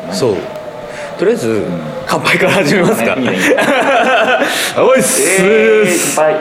そうとりあえず、乾杯から始めますか。 いいねおいっす、 乾杯。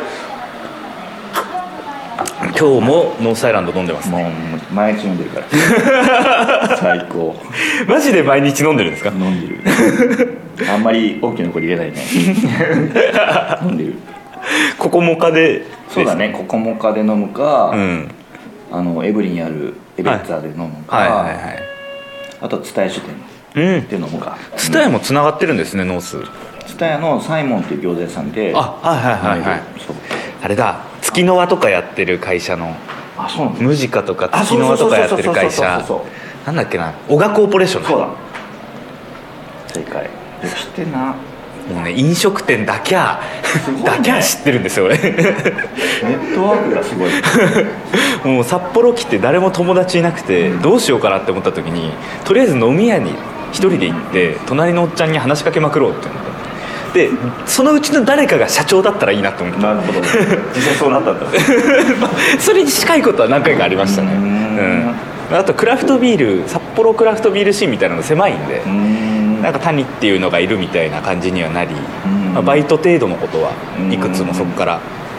今日もノースアイランド飲んでますね。 もう毎日飲んでるから最高。 マジで毎日飲んでるんですか？ 飲んでるあんまり大きな声入れないね飲んでる。 ここモカで。 そうだね、ここモカで飲むか、 うん、 エブリにあるエベッツァで飲むか、 はいはいはいはい、 あと蔦屋書店で飲むか。 蔦屋もつながってるんですね、ノース。 蔦屋のサイモンっていう餃子屋さんで。 あ、はいはいはいはい、 そう、 あれだ、月の輪とかやってる会社の。 あ、そうなんだ。 ムジカとか月の輪とかやってる会社、なんだっけな、オガコーポレーションだ。 そうだ、正解。よく知ってんな。 もうね、飲食店だけは、ね、だけは知ってるんですよ俺。 ネットワークがすごい。 もう札幌来て誰も友達いなくて、どうしようかなって思った時に、とりあえず飲み屋に一人で行って隣のおっちゃんに話しかけまくろうって思ってで、そのうちの誰かが社長だったらいいなと思って。 なるほど、実際そうなったんだそれに近いことは何回かありましたね。あとクラフトビール、札幌クラフトビールシーンみたいなの狭いんで、なんか谷っていうのがいるみたいな感じにはなり、バイト程度のことはいくつもそこから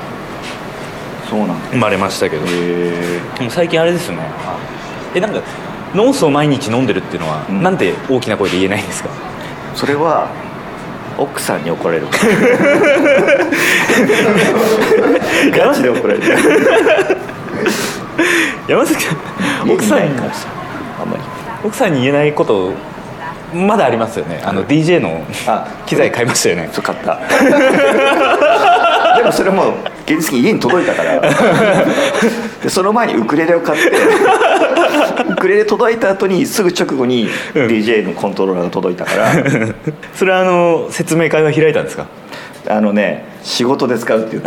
生まれましたけど、でも最近あれですよね。なんかノースを毎日飲んでるっていうのは、なんで大きな声で言えないんですか？ それは奥さんに怒られるガチで怒られる山崎さん、奥さんにあんまり奥さんに言えないことまだありますよね。DJ の機材買いましたよね。 そう、買ったでもそれも現実に家に届いたからで、その前にウクレレを買ってウクレレ届いた後にすぐ直後に DJ のコントローラーが届いたからそれは説明会は開いたんですか？ 仕事で使うって言った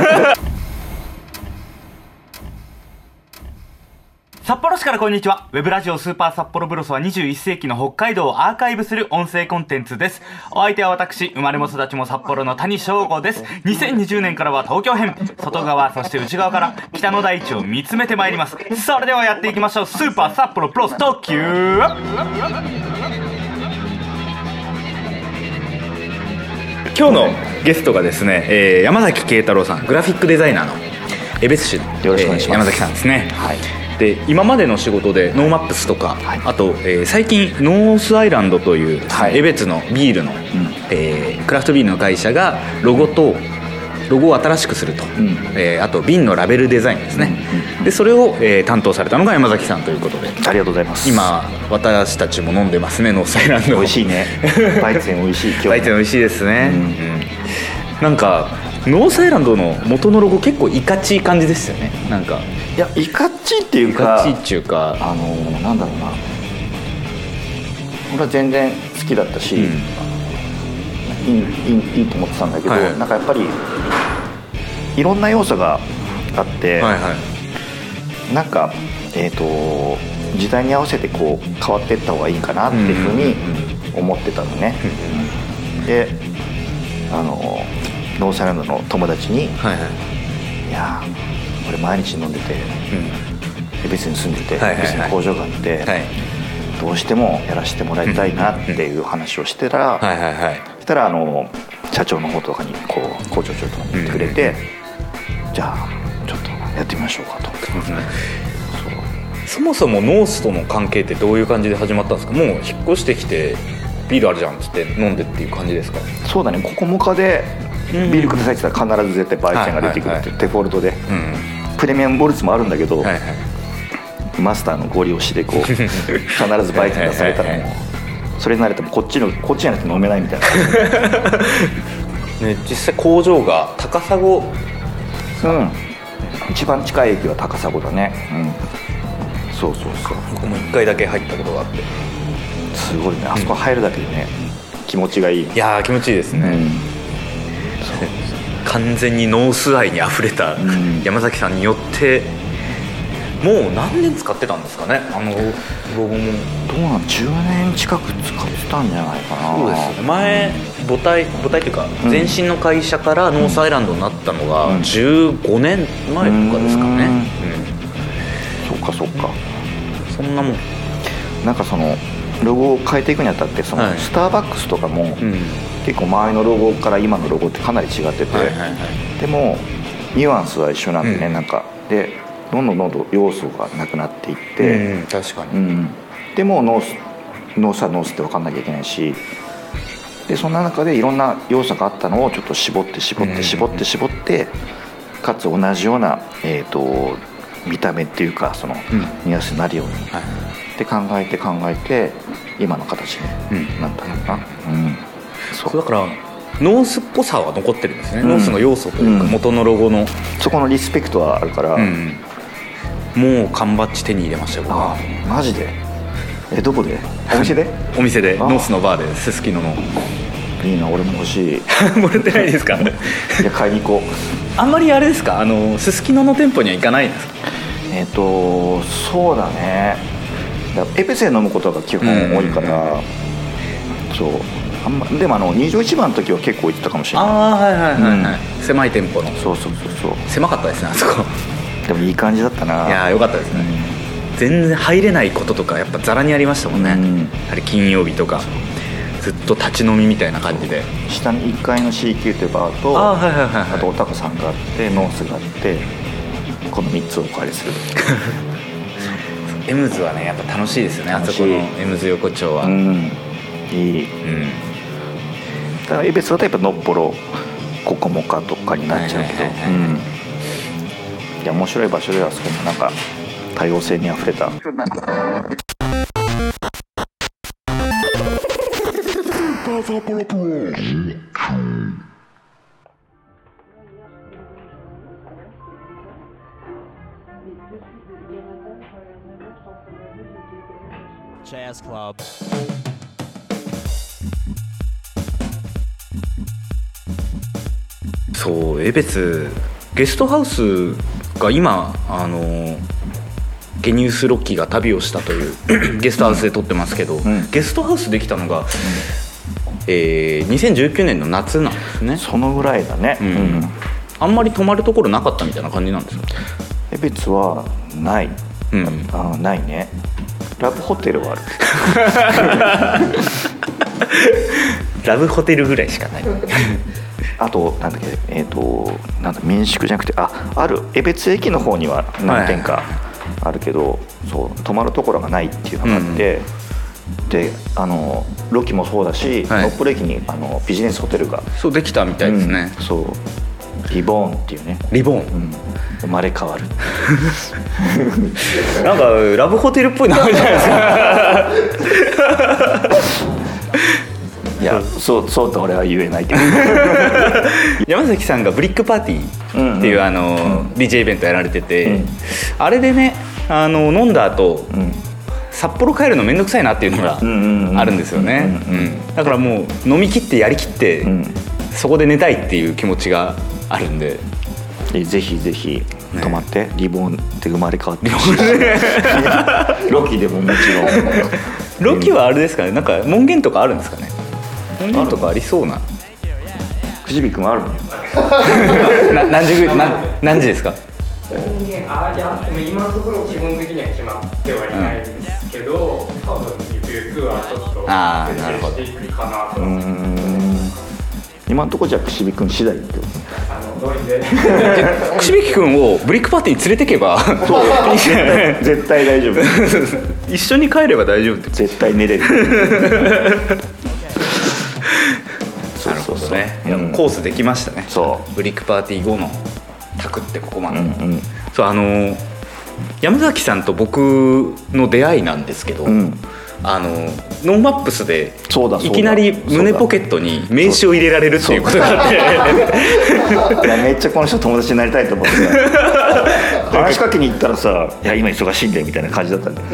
札幌市からこんにちは。ウェブラジオスーパー札幌ブロスは21世紀の北海道をアーカイブする音声コンテンツです。お相手は私、生まれも育ちも札幌の谷翔吾です。2020年からは東京編、外側そして内側から北の大地を見つめてまいります。それではやっていきましょう。スーパー札幌ブロス特急。 今日のゲストがですね、山崎慶太郎さん、グラフィックデザイナーの江別市の、 よろしくお願いします。 山崎さんですね。 はい。 で、今までの仕事でノーマップスとか、 はい、 あと、最近ノースアイランドという、 はい、 江別のビールの、クラフトビールの会社がロゴを新しくすると、あと瓶のラベルデザインですね、でそれを、担当されたのが山崎さんということで、 ありがとうございます。 今私たちも飲んでますね、ノースアイランド。 美味しいねバイツェン美味しい。今日バイツェン美味しいですね、なんかノースアイランドの元のロゴ結構いかちい感じですよね。なんかいや、いかちいっていうか、 いかちいっていうか、 なんだろうな、俺は全然好きだったし、いいと思ってたんだけど、なんかやっぱりいろんな要素があって、なんか時代に合わせてこう変わっていった方がいいかなっていうふうに思ってたのね。で、ノースアイランドの友達に、いや俺毎日飲んでて、江別に住んでて、江別に工場があって、どうしてもやらせてもらいたいなっていう話をしてたら、そしたら社長の方とかにこう工場長とかに言ってくれて、じゃあちょっとやってみましょうかと。 そもそもノースとの関係ってどういう感じで始まったんですか？もう引っ越してきてビールあるじゃんっつって飲んでっていう感じですか？ そうだね、ここモカでビールくださいって言ったら必ず絶対バイチェンが出てくるってデフォルトで、プレミアムボルツもあるんだけど、マスターのご利用しでこう必ずバイチェン出されたらもうそれになれてもこっちじゃなくて飲めないみたいなね、実際工場が高砂、 一番近い駅は高砂だね。そうそうそう。 僕も1回だけ入ったことがあって、 すごいね、あそこ入るだけでね、気持ちがいい。 いやー気持ちいいですね、完全にノース愛にあふれた山崎さんによってもう何年使ってたんですかね、ロゴも。 どうなん10年近く使ってたんじゃないかな。 そうですね、前母体っていうか前身の会社からノースアイランドになったのが15年前とかですかね。 そっかそっか。 そんなもん。 なんかそのロゴを変えていくにあたってそのスターバックスとかも結構前のロゴから今のロゴってかなり違ってて、でもニュアンスは一緒なんでね、なんかでどんどん要素がなくなっていって、 確かに、 でもノースはノースって分かんなきゃいけないし、でそんな中でいろんな要素があったのをちょっと絞ってかつ同じような、見た目っていうかそのニュアンスになるように、で考えて今の形になったのかな。 そうだからノースっぽさは残ってるんですね、ノースの要素というか元のロゴの、 そこのリスペクトはあるから、 もう缶バッジ手に入れましたよ。 あ、マジで？どこで？お店で？ お店で、ノースのバーで、すすきのの。 いいな、俺も欲しい。 もらってないですか？ いや、買いに行こう。あんまりあれですか、すすきのの店舗には行かないんですか？ そうだね、エペセ飲むことが基本多いから、そうでも21番の時は結構行ってたかもしれない。 狭い店舗の。 そう狭かったですね、あそこ。 でもいい感じだったな。 いや、よかったですね。全然入れないこととかやっぱザラにありましたもんね、あれ金曜日とかずっと立ち飲みみたいな感じで、 下に1階の CQ っていうバーと、あとおたこさんがあってノースがあって、この3つをお借りする。 エムズはねやっぱ楽しいですよね、あそこのエムズ横丁は。 いい、だからエベスだとやっぱのっぽろココモカとかになっちゃうけど、いや面白い場所ではそこもなんか多様性にあふれた。 Jazz Club。 そう、江別ゲストハウスが今ゲニウスロッキーが旅をしたというゲストハウスで撮ってますけど、ゲストハウスできたのが、2019年の夏なんですね。 そのぐらいだね。 あんまり泊まるところなかったみたいな感じなんですか？ 江別はない、ないね。ラブホテルはある。 ラブホテルぐらいしかない。 あとなんだっけ、なんだ民宿じゃなくてある江別駅の方には何店かあるけど、そう泊まるところがないっていうのがあって、でロキもそうだし、ノッポル駅にビジネスホテルがそうできたみたいですね。 そうリボーンっていうね。 リボーン、 生まれ変わる。 なんかラブホテルっぽい名前じゃないですか。 いや、そうと俺は言えないけど。 山崎さんがブリックパーティーっていうDJ イベントやられてて、あれでね飲んだ後、札幌帰るのめんどくさいなっていうのがあるんですよね。だからもう飲み切ってやりきって、そこで寝たいっていう気持ちがあるんで、 ぜひぜひ泊まって、リボンって生まれ変わってほしい。ロキでももちろん。ロキはあれですかね、なんか門限とかあるんですかね。門限とかありそうな。 くじびくんあるの？ 何時ですか？ 今のところ基本的には決まってはいないんですけど、多分ゆくゆくはちょっと設定していくかなと。 今のところじゃくしびくん次第ってこと。 くしびきくんをブリックパーティーに連れてけば絶対大丈夫。 一緒に帰れば大丈夫って。 絶対寝れる。 なるほどね。コースできましたね。 そうブリックパーティー後の卓ってここまで。そう山崎さんと僕の出会いなんですけど、ノンマップスでいきなり胸ポケットに名刺を入れられるっていうことがあって、 めっちゃこの人友達になりたいと思って話しかけに行ったらさ「いや今忙しいんで」みたいな感じだったんで、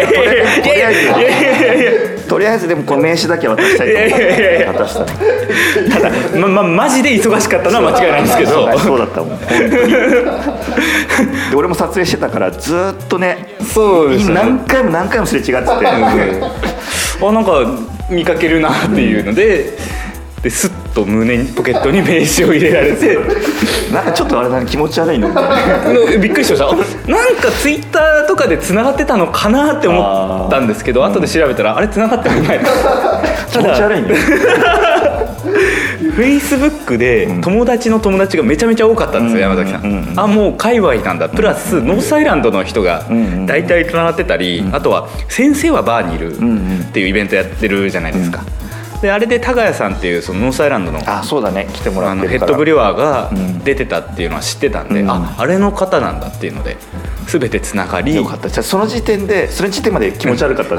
とりあえずでもこの名刺だけ渡したいと思って渡した。 ただマジで忙しかったのは間違いないんですけど、 そうだったもん本当に。で俺も撮影してたからずっとね、 そうですね、 何回もすれ違ってて、なんか見かけるなっていうので、スッとポケットに名刺を入れられてなんかちょっとあれだね、気持ち悪いのびっくりしました。なんかツイッターとかでつながってたのかなって思ったんですけど、後で調べたらあれつながってない気持ち悪いね。 フェイスブックで友達の友達がめちゃめちゃ多かったんですよ、山崎さん。あ、もう界隈なんだ。プラスノースアイランドの人が大体つながってたり、あとは先生はバーにいるっていうイベントやってるじゃないですか。であれで高谷さんっていうそのノースアイランドのそうだね、来てもらってるからヘッドブリュワーが出てたっていうのは知ってたんで、あれの方なんだっていうので全てつながり、 よかった。じゃあその時点まで気持ち悪かったね。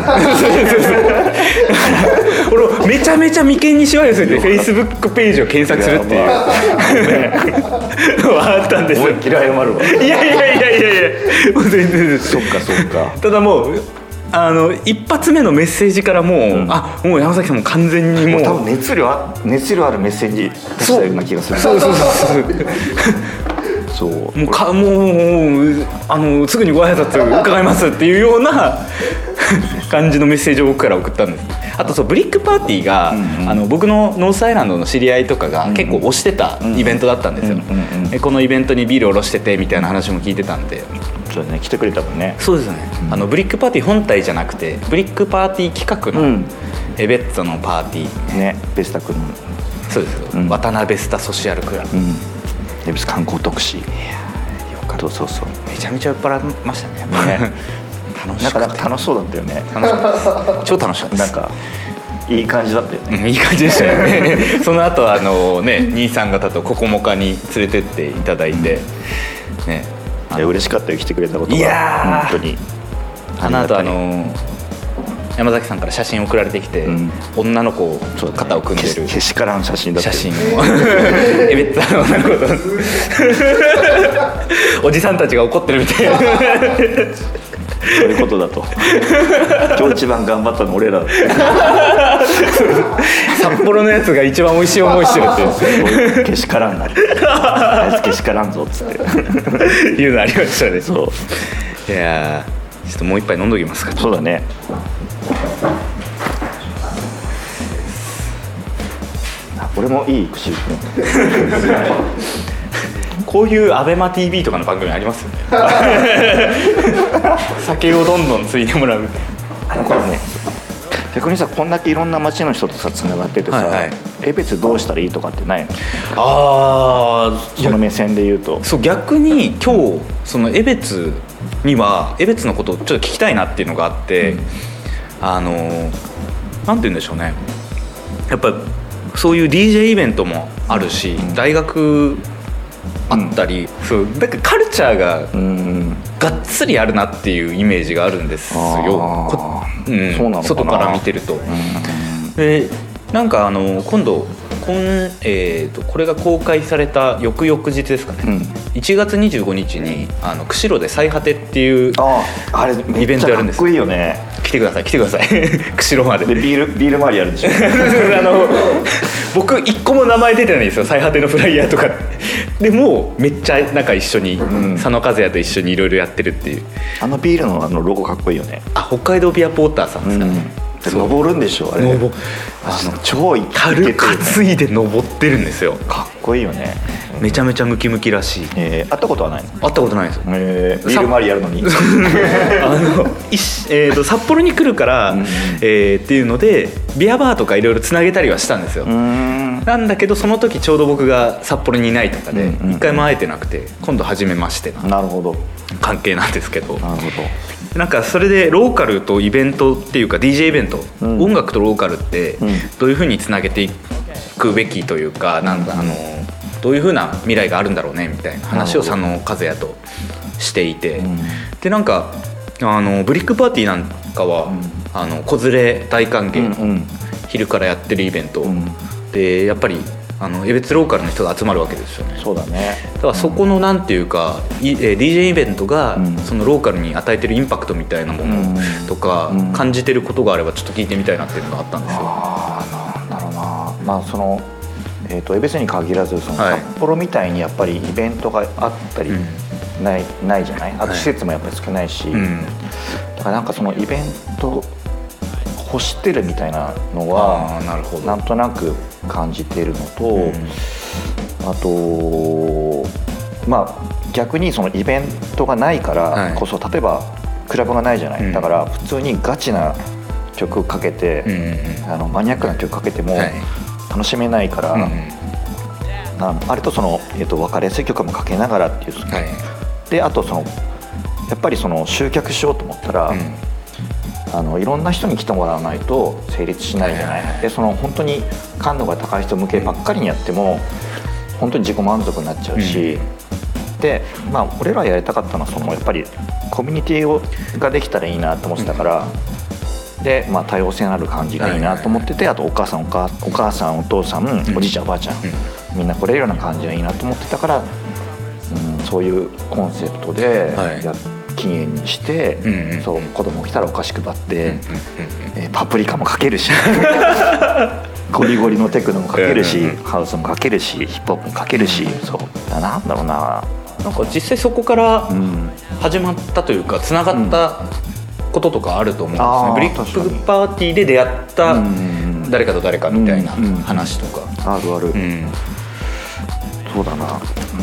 俺めちゃめちゃ眉間にしわ寄せてフェイスブックページを検索するっていうのはあったんですよ。 思いっきり謝るわ。 いやもう全然です。 そっかそっか。 ただもう一発目のメッセージからもう、もう山崎さんも完全にもう多分熱量あるメッセージ出したような気がする。 そうそうもうすぐにご挨拶伺いますっていうような感じのメッセージを僕から送ったんです。あとブリックパーティーが、僕のノースアイランドの知り合いとかが結構推してたイベントだったんですよ。このイベントにビールを卸しててみたいな話も聞いてたんで。 そうね、来てくれたもんね。 そうですね、ブリックパーティー本体じゃなくてブリックパーティー企画のエベッツァのパーティーね、ベスタ君の。 そうです、渡辺スタソシアルクラブ、 エベス観光特使。 よかった。そうめちゃめちゃ酔っ払いましたね。楽しかった。 なんか楽しそうだったよね。 楽しかったです。超楽しかったです。 なんかいい感じだったよね。 いい感じでしたよね。その後兄さん方とここもかに連れてっていただいてね。 嬉しかったよ、来てくれたことが。 いや本当に。 あの後山崎さんから写真送られてきて、女の子肩を組んでるけしからん写真だった写真をエベッツァの女の子とおじさんたちが怒ってるみたいな。 そういうことだと。今日一番頑張ったの俺らだ。 札幌のやつが一番美味しい思いしてるってけしからんなり。あいつけしからんぞっつっていうのありましたね。 そう。 いやちょっともう一杯飲んどきますか。 そうだね。俺もいい口。 こういうアベマ TV とかの番組ありますよね。酒をどんどんついてもらうみたいな。 これね、逆にさ、こんだけいろんな街の人とさつながっててさ、江別どうしたらいいとかってないの？その目線で言うと。 そう、逆に今日その江別には江別のことをちょっと聞きたいなっていうのがあって、なんて言うんでしょうね。やっぱそういう DJ イベントもあるし、大学あったり、そうだからカルチャーががっつりあるなっていうイメージがあるんですよ。外から見てると。でなんか今度これが公開された翌々日ですかね、1月25日に釧路で最果てっていうイベントやるんです。 かっこいいよね。 来てください釧路まで。 でビール周りやるでしょ。 僕一個も名前出てないんですよ、最果てのフライヤーとかでもめっちゃなんか一緒に、佐野和也と一緒にいろいろやってるっていう。 ビールのロゴかっこいいよね。 北海道ビアポーターさんですかね。 登るんでしょあれ。超い軽く担いで登ってるんですよ。 かっこいいよね。 めちゃめちゃムキムキらしい。 会ったことはないの？ 会ったことないんですよ。 ビール周りやるのに札幌に来るから、っていうのでビアバーとかいろいろつなげたりはしたんですよ。なんだけどその時ちょうど僕が札幌にいないとかで一回も会えてなくて、今度初めましてな関係なんですけど。 なるほど。 なんかそれでローカルとイベントっていうか DJ イベント、音楽とローカルってどういうふうにつなげていくべきというか、なんかどういうふうな未来があるんだろうねみたいな話を佐野和也としていて、でなんかブリックパーティーなんかは子連れ大歓迎、昼からやってるイベントで、やっぱり江別ローカルの人が集まるわけですよね。 そうだね。 だからそこのなんていうか、DJ イベントがそのローカルに与えてるインパクトみたいなものとか感じてることがあればちょっと聞いてみたいなっていうのがあったんですよ。 なんだろうな。まあその江別に限らず、その札幌みたいにやっぱりイベントがあったりないじゃない。あと施設もやっぱり少ないし、だからなんかそのイベント欲してるみたいなのはなんとなく感じているのと、あと逆にそのイベントがないからこそ、例えばクラブがないじゃない、だから普通にガチな曲かけて、マニアックな曲かけても楽しめないから、あれとその、分かりやすい曲もかけながらっていう、であとそのやっぱりその集客しようと思ったら、いろんな人に来てもらわないと成立しないじゃない、でその本当に感度が高い人向けばっかりにやっても本当に自己満足になっちゃうし、で俺らやりたかったのはそのやっぱりコミュニティができたらいいなと思ってたから、で多様性のある感じがいいなと思ってて、あとお母さんお父さん、おじいちゃんおばあちゃん、みんな来れるような感じがいいなと思ってたから、そういうコンセプトで禁煙にして、そう子供来たらお菓子配って、パプリカもかけるしゴリゴリのテクノもかけるし、ハウスもかけるし、ヒップホップもかけるし、そうなんだろうな、 なんか実際そこから始まったというかつながったこととかあると思うんですね。ブリックパーティーで出会った誰かと誰かみたいな話とか、 あるある、そうだな、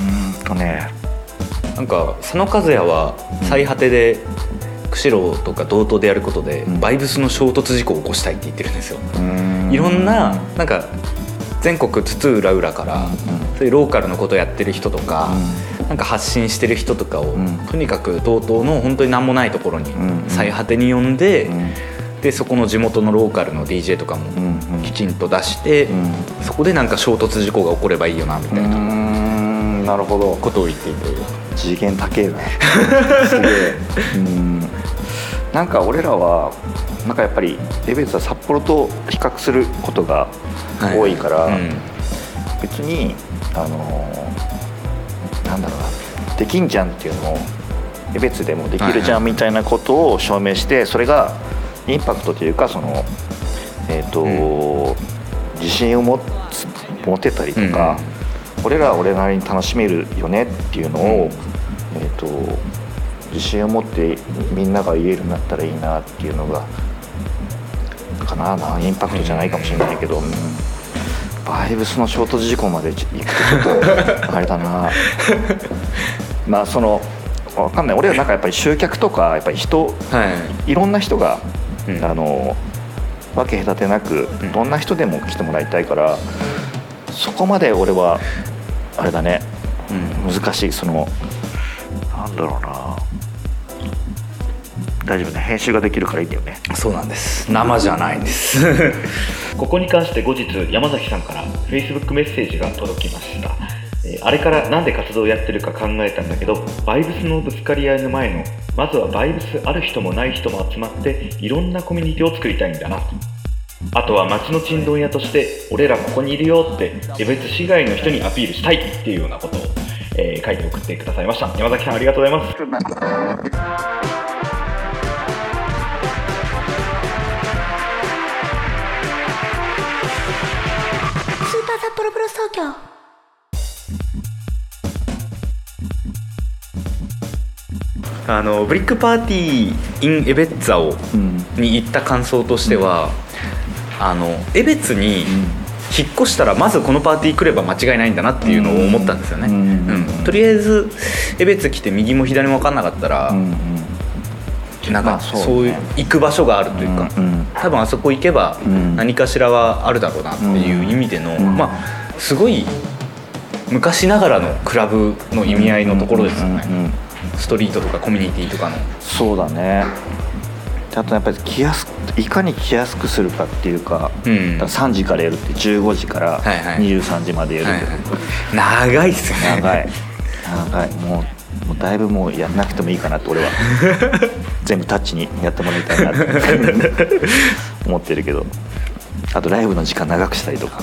なんか佐野和也は最果てで釧路とか道東でやることでバイブスの衝突事故を起こしたいって言ってるんですよ。いろんななんか全国津々浦々からそういうローカルのことをやってる人とか、なんか発信してる人とかをとにかく道東の本当に何もないところに最果てに呼んで、でそこの地元のローカルの DJ とかもきちんと出して、そこでなんか衝突事故が起こればいいよなみたいな、 なるほどことを言っていて、 次元高えなすげえなんか俺らはなんかやっぱりエベツは札幌と比較することが多いから、別になんだろうな、できんじゃんっていうのをエベツでもできるじゃんみたいなことを証明して、それがインパクトというかその自信を持てたりとか、俺らは俺なりに楽しめるよねっていうのを、自信を持ってみんなが言えるようになったらいいなっていうのがかな、インパクトじゃないかもしれないけど、バイブスの衝突事故まで行くとちょっとあれだなその分かんない、俺らなんかやっぱり集客とかやっぱり人、いろんな人が、分け隔てなくどんな人でも来てもらいたいから、そこまで俺はあれだね、難しい、そのなんだろうな、大丈夫ね、編集ができるからいいんだよね。 そうなんです、生じゃないんですここに関して後日山崎さんから Facebook メッセージが届きました。あれからなんで活動をやってるか考えたんだけど、バイブスのぶつかり合いの前のまずはバイブスある人もない人も集まっていろんなコミュニティを作りたいんだなと、あとは街のちんどん屋として俺らここにいるよって江別市外の人にアピールしたいっていうようなことを、書いて送ってくださいました。山崎さんありがとうございます。 スーパー札幌ブロス東京。 ブリックパーティー in エベッツァオに行った感想としては、エベツに引っ越したらまずこのパーティー来れば間違いないんだなっていうのを思ったんですよね。とりあえずエベツ来て右も左も分かんなかったら、なんかそういう行く場所があるというか、多分あそこ行けば何かしらはあるだろうなっていう意味での、すごい昔ながらのクラブの意味合いのところですよね。ストリートとかコミュニティとかの。 そうだね。あとやっぱりいかに来やすくするかっていうか、3時からやるって15時から23時までやるけど、 長いっすよね。 長いもうだいぶもうやんなくてもいいかなって俺は全部タッチにやってもらいたいなって思ってるけど、あとライブの時間長くしたりとか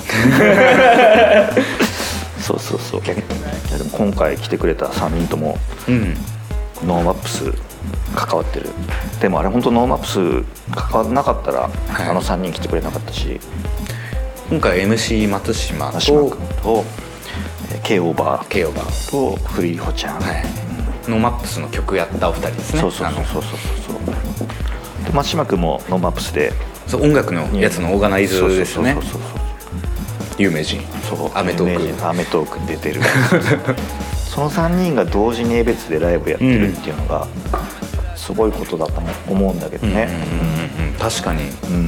そういやでも今回来てくれた3人とも、ノーマップス関わってる。でもあれ本当ノーマップス関わらなかったら、あの3人来てくれなかったし、 今回 MC 松島とK オーバーとフリーホちゃん、 ノーマップスの曲やったお二人ですね。 そうで松島君もノーマップスでそう音楽のやつのオーガナイズですね。有名人。アメトーク。 アメトークに出てるその3人が同時に江別でライブやってるっていうのがすごいことだと思うんだけどね。 確かに、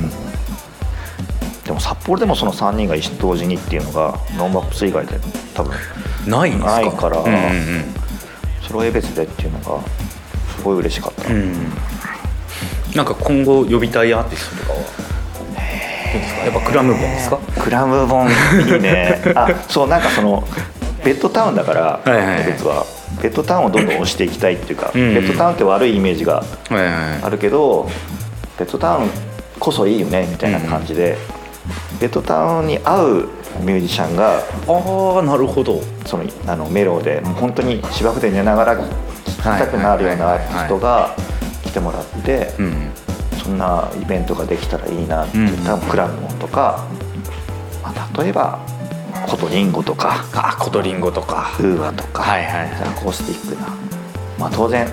でも札幌でもその3人が同時にっていうのがノンバップス以外で多分ないんですか。 ないから、それを江別でっていうのがすごい嬉しかった。 なんか今後呼びたいアーティストとかはやっぱクラムボンですか。 クラムボンいいねそうなんかそのベッドタウンだから江別はベッドタウンをどんどん押していきたいっていうか、ベッドタウンって悪いイメージがあるけど、ベッドタウンこそいいよねみたいな感じで、ベッドタウンに合うミュージシャンがなるほど、 そのメロでもう本当に芝生で寝ながら聴きたくなるようなアーティストが来てもらって、そんなイベントができたらいいなって、多分クラムボンとか、例えばコトリンゴとかコトリンゴとかウーアとか、アコースティックな、当然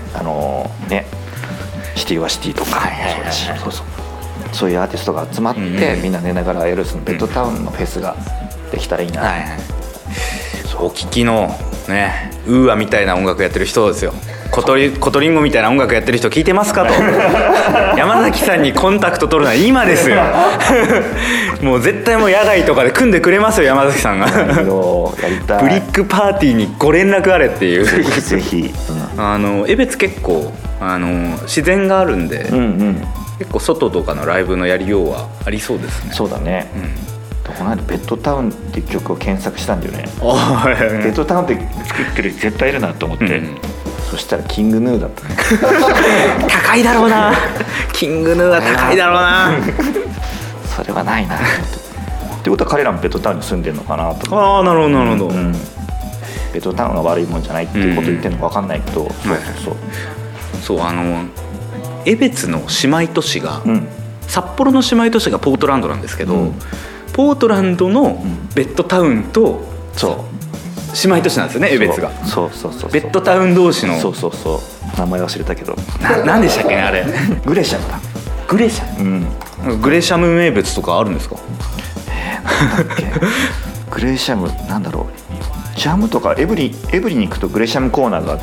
シティはシティとかそういうアーティストが集まって、みんな寝ながらやるそのベッドタウンのフェスができたらいいな、 お聞きのねウーアみたいな音楽やってる人ですよ。コトリンゴみたいな音楽やってる人聞いてますかと山崎さんにコンタクト取るのは今ですよもう絶対もう野外とかで組んでくれますよ山崎さんがやりたいブリックパーティーにご連絡あれっていうぜひ江別結構自然があるんで、結構外とかのライブのやりようはありそうですね。 そうだね、この間ベッドタウンっていう曲を検索したんだよね。ベッドタウンって作ってる絶対いるなと思って、そしたらキングヌーだったね高いだろうなキングヌーは高いだろうなそれはないなってことは彼らもベッドタウンに住んでるのかなとか。 なるほどなるほど、 ベッドタウンが悪いもんじゃないっていうこと言ってるのか分かんないけど、 そう江別の姉妹都市が、札幌の姉妹都市がポートランドなんですけど、ポートランドのベッドタウンと姉妹都市なんですよね江別が。 そうベッドタウン同士の名前忘れたけど何でしたっけねあれグレシャムだ。 グレシャム、グレシャム名物とかあるんですか。 なんだっけグレシャムなんだろう、ジャムとかエブリに行くとグレシャムコーナーがあって、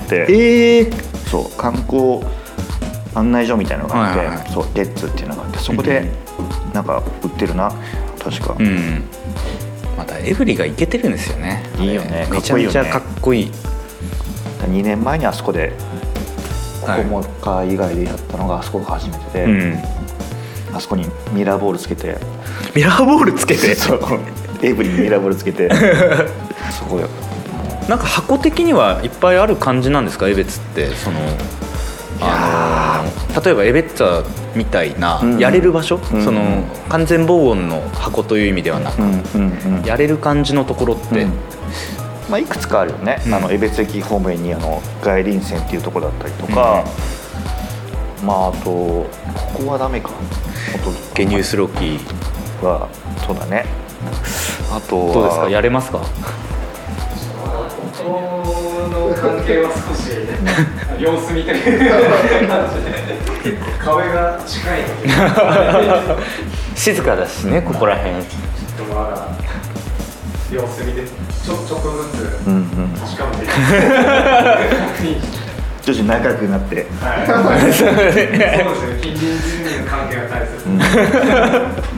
そう観光案内所みたいなのがあって、そうレッツっていうのがあって、そこでなんか売ってるな確か。 またエブリがイケてるんですよね。 いいよね、 めちゃめちゃかっこいい。 2年前にあそこでここもか以外でやったのがあそこが初めてで、あそこにミラーボールつけてそうエブリにミラーボールつけてすごいよ。 なんか箱的にはいっぱいある感じなんですか江別って。例えばエベッツァみたいなやれる場所、その完全防音の箱という意味ではなく、やれる感じのところって、 いくつかあるよね。江別駅方面に外輪線っていうところだったりとか、あとここはダメか、 ゲニュースロッキーはそうだね。あとどうですか、やれますか。 の関係は少し様子見てる感じで壁が近いので静かだしね、ここら辺。 まだ様子見てちょっとずつ確かめてい徐々に仲良くなって、 そうですね、近隣住民の関係が大切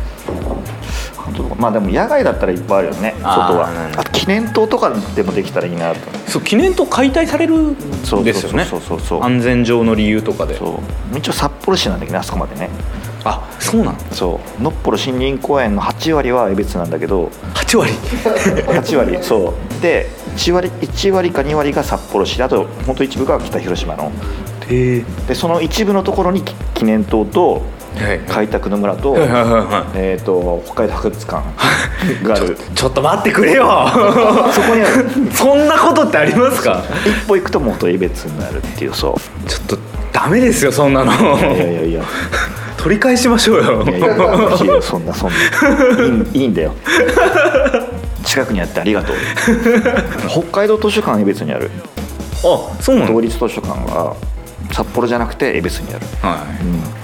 でも野外だったらいっぱいあるよね。外はあと記念塔とかでもできたらいいなと。 そう、記念塔解体されるんですよね。安全上の理由とかで。 一応札幌市なんだけどね、あそこまでね。 あ、そうなの。 そうのっぽろ森林公園の8割は江別なんだけど。 8割 8割そうで1割か2割が札幌市で、あと本当一部が北広島の。でその一部のところに記念塔と開拓の村と北海道博物館がある。ちょっと待ってくれよそこにあるそんなことってありますか。 一歩行くともっと江別になるっていう。そうちょっとダメですよそんなの。 いや取り返しましょうよ。 いやそんないいんだよ近くにあってありがとう北海道図書館江別にある。 あ、そうなの。 同立図書館は札幌じゃなくて江別にある。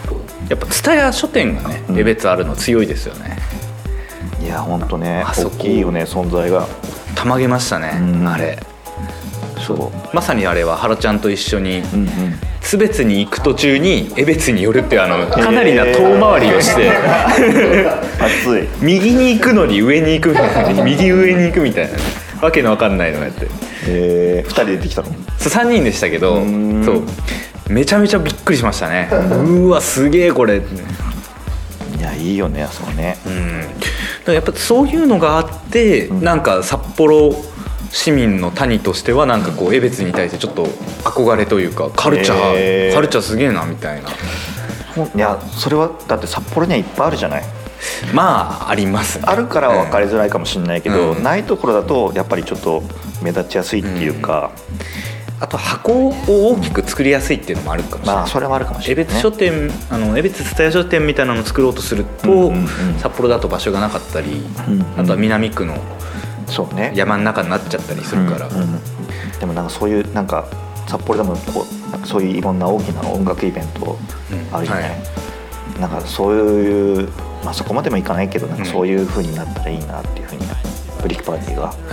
やっぱ蔦屋書店がね江別あるの強いですよね。 いや本当ね大きいよね存在が。 たまげましたね、あれ。そうまさにあれは原ちゃんと一緒に津別に行く途中に江別に寄るっていうかなりな遠回りをして熱い右に行くのに上に行くみたいな右上に行くみたいなわけのわかんないのやって、 2人で行ってきたの。 そう3人でしたけど、そうめちゃめちゃびっくりしましたね。うわすげえこれ。 いやいいよねあそこね。 だからやっぱそういうのがあって、なんか札幌市民の谷としてはなんかこう江別に対してちょっと憧れというかカルチャーすげえなみたいな。 いやそれはだって札幌にはいっぱいあるじゃない。 まあありますね。 あるから分かりづらいかもしれないけど、ないところだとやっぱりちょっと目立ちやすいっていうか、 あと箱を大きく作りやすいっていうのもあるかもしれない。 まあそれはあるかもしれない、ね。 江別書店江別蔦屋書店みたいなのを作ろうとすると、札幌だと場所がなかったり、あとは南区のそうね山の中になっちゃったりするから、 でもなんかそういうなんか札幌でもこうなんかそういういろんな大きな音楽イベントあるよね、なんかそういう、まあ、そこまでもいかないけどなんかそういう風になったらいいなっていう風にブリックパーティーが、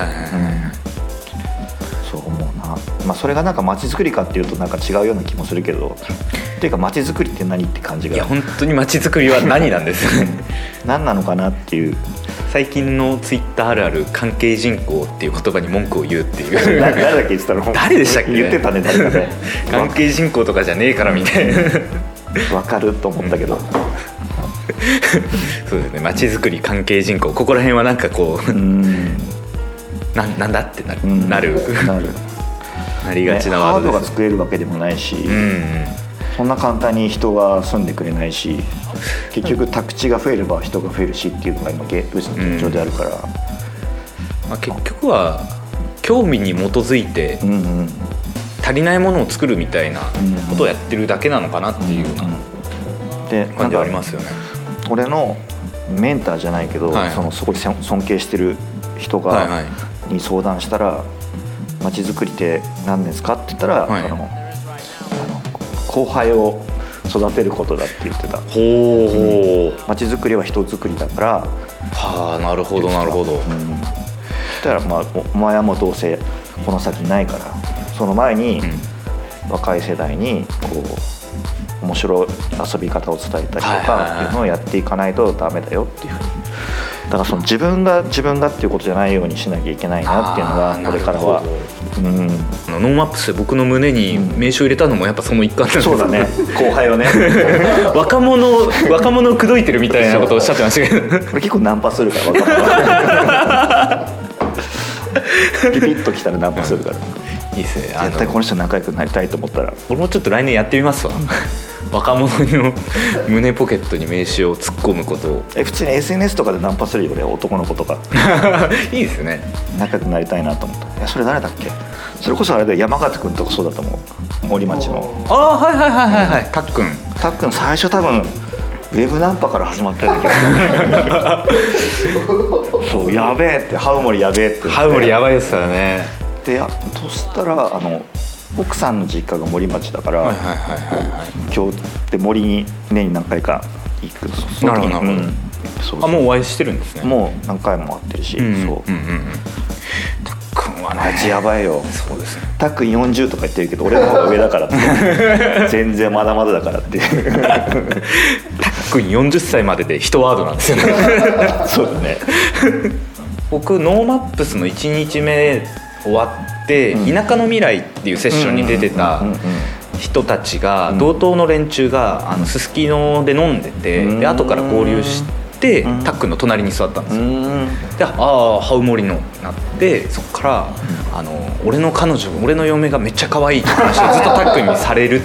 そう思うな。まあそれがなんか街づくりかっていうとなんか違うような気もするけど、っていうか街づくりって何って感じが。 いや本当に街づくりは何なんですよね何なのかなっていう。 最近のツイッターあるある関係人口っていう言葉に文句を言うっていう誰だっけ言ってたの。 誰でしたっけ。 言ってたね誰かね関係人口とかじゃねえからみたいな分かると思ったけど、 そうですね。街づくり関係人口ここら辺はなんかこうなんだってなるなりがちなワードです。 ハードが作れるわけでもないし、そんな簡単に人が住んでくれないし、結局宅地が増えれば人が増えるしっていうのが今ドイツの現状であるから、 まあ、結局は興味に基づいて足りないものを作るみたいなことをやってるだけなのかなっていうような感じはありますよね。 俺のメンターじゃないけど、そこに尊敬してる人が、に相談したら「街づくりって何ですか?」って言ったら、後輩を育てることだって言ってた。街づくりは人づくりだから。 はあなるほどなるほど。 だからまあお前はもうどうせこの先ないからその前に若い世代にこう面白い遊び方を伝えたりとかっていうのをやっていかないとダメだよっていうふうに。だからその自分がっていうことじゃないようにしなきゃいけないなっていうのがこれからは。 ノーマップスで僕の胸に名刺を入れたのもやっぱその一環なんです。 そうだね後輩をね若者を口説いてるみたいなことをおっしゃってましたけど俺結構ナンパするからピピッときたらナンパするから、 いいっすね。 絶対この人仲良くなりたいと思ったら俺もちょっと来年やってみますわ若者の胸ポケットに名刺を突っ込むことを普通に SNS とかでナンパするよね男の子とかいいですね。 仲良くなりたいなと思った。それ誰だっけ。それこそあれで山形君とかそうだと思う。森町のはいたっくん最初多分ウェブナンパから始まったような気がするそうやべえってハウモリやべえってハウモリやばいですからね。 でそしたら奥さんの実家が森町だから今日で森に年に何回か行く。 なるほど、もうお会いしてるんですね。 もう何回も会ってるし、たっくんはねあいつやばいよ。 そうですね。 たっくん40とか言ってるけど俺の方が上だからって全然まだまだだからってたっくん40歳までで1ワードなんですよねそうだね僕ノーマップスの1日目終わって田舎の未来っていうセッションに出てた人たちが同等の連中がすすきので飲んでてで後から合流してたっくんの隣に座ったんですよ。でハウモリのなってそこから俺の彼女俺の嫁がめっちゃ可愛いって話をずっとたっくんにされる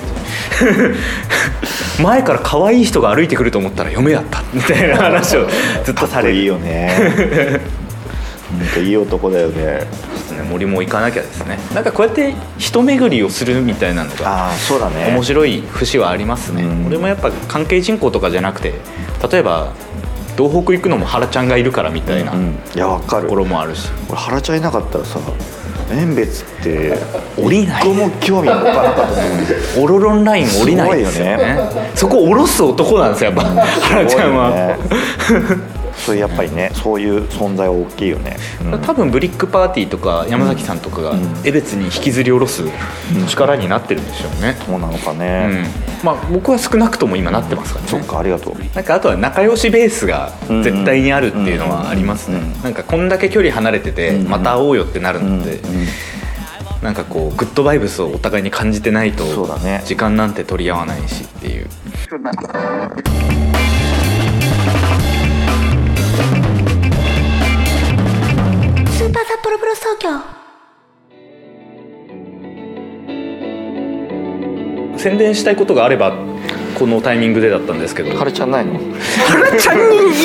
前から可愛い人が歩いてくると思ったら嫁やったみたいな話をずっとされる。 いいよねいい男だよね。 森も行かなきゃですね。なんかこうやって人巡りをするみたいなのがそうだね面白い節はありますね。俺もやっぱ関係人口とかじゃなくて例えば東北行くのも原ちゃんがいるからみたいなところもあるし、 俺原ちゃんいなかったらさ遠別って降りない、 一個も興味持たなかったと思う。 オロロンライン降りないですよね。そこ降ろす男なんですよ、やっぱ原ちゃんは。 それやっぱりね、そういう存在は大きいよね。 多分ブリックパーティーとか山崎さんとかが江別に引きずり下ろす力になってるんでしょうね。 そうなのかね。 まあ僕は少なくとも今なってますからね。 そっか、ありがとう。 なんかあとは仲良しベースが絶対にあるっていうのはありますね。なんかこんだけ距離離れててまた会おうよってなるので、なんかこうグッドバイブスをお互いに感じてないと時間なんて取り合わないしっていう。 スーパー札幌ブロス東京。 宣伝したいことがあればこのタイミングでだったんですけど。 はるちゃんないの？ はるちゃんに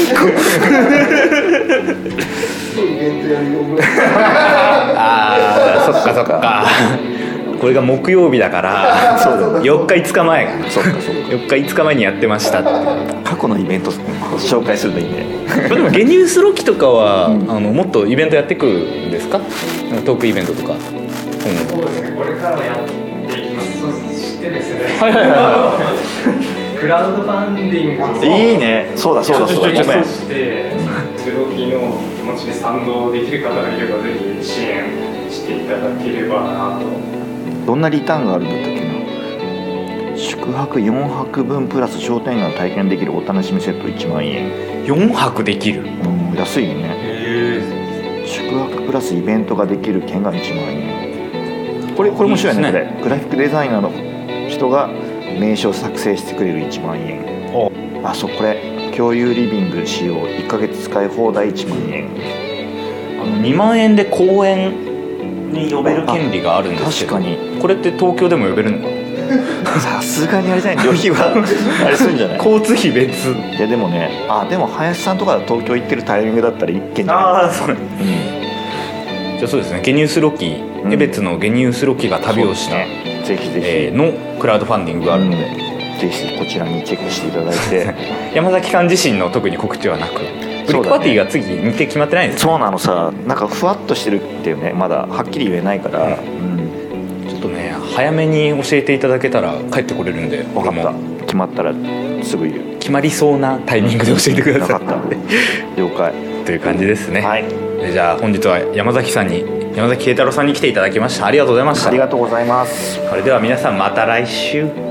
ああ、そっかそっか。これが木曜日だから4日5日前かな。 そっかそっか。 4日5日前にやってましたって。 過去のイベント紹介するといいね。 でもゲニュースロキとかは、もっとイベントやってくんですか？トークイベントとか。 そうですね、これからもやっていきます。そしてですね、クラウドファンディングをいいね。そうだそうだそうだ。 そしてスロキの気持ちに賛同できる方がいればぜひ支援していただければなと。 どんなリターンがあるんだったっけな。宿泊4泊分プラス商店街を体験できるお楽しみセット1万円。 4泊できる。 安いよね。宿泊プラスイベントができる券が1万円。これ面白いね。これグラフィックデザイナーの人が名刺を作成してくれる1万円。あ、そう、これ共有リビング使用1ヶ月使い放題1万円。 2万円で公園に呼べる権利があるんですけど。 確かに。 これって東京でも呼べるの？ さすがにあれじゃない、旅費はあれするんじゃない？ 交通費別。 いやでもね、でも林さんとか東京行ってるタイミングだったら一軒じゃない？ ああ、そう。じゃあそうですね、ゲニュースロキ、江別のゲニュースロキが旅をした、 ぜひぜひ、 のクラウドファンディングがあるので、 ぜひこちらにチェックしていただいて山崎さん自身の特に告知はなく、ブリックパーティーが次日程決まってないんですか？ そうなのさ、なんかふわっとしてるっていうね、まだはっきり言えないから、 ちょっとね早めに教えていただけたら帰ってこれるんで。 分かった。決まったらすぐ言う。 決まりそうなタイミングで教えてください。 分かった。了解という感じですね。 はい。 じゃあ本日は山崎慶太郎さんに来ていただきました。ありがとうございました。 ありがとうございます。 それでは皆さんまた来週。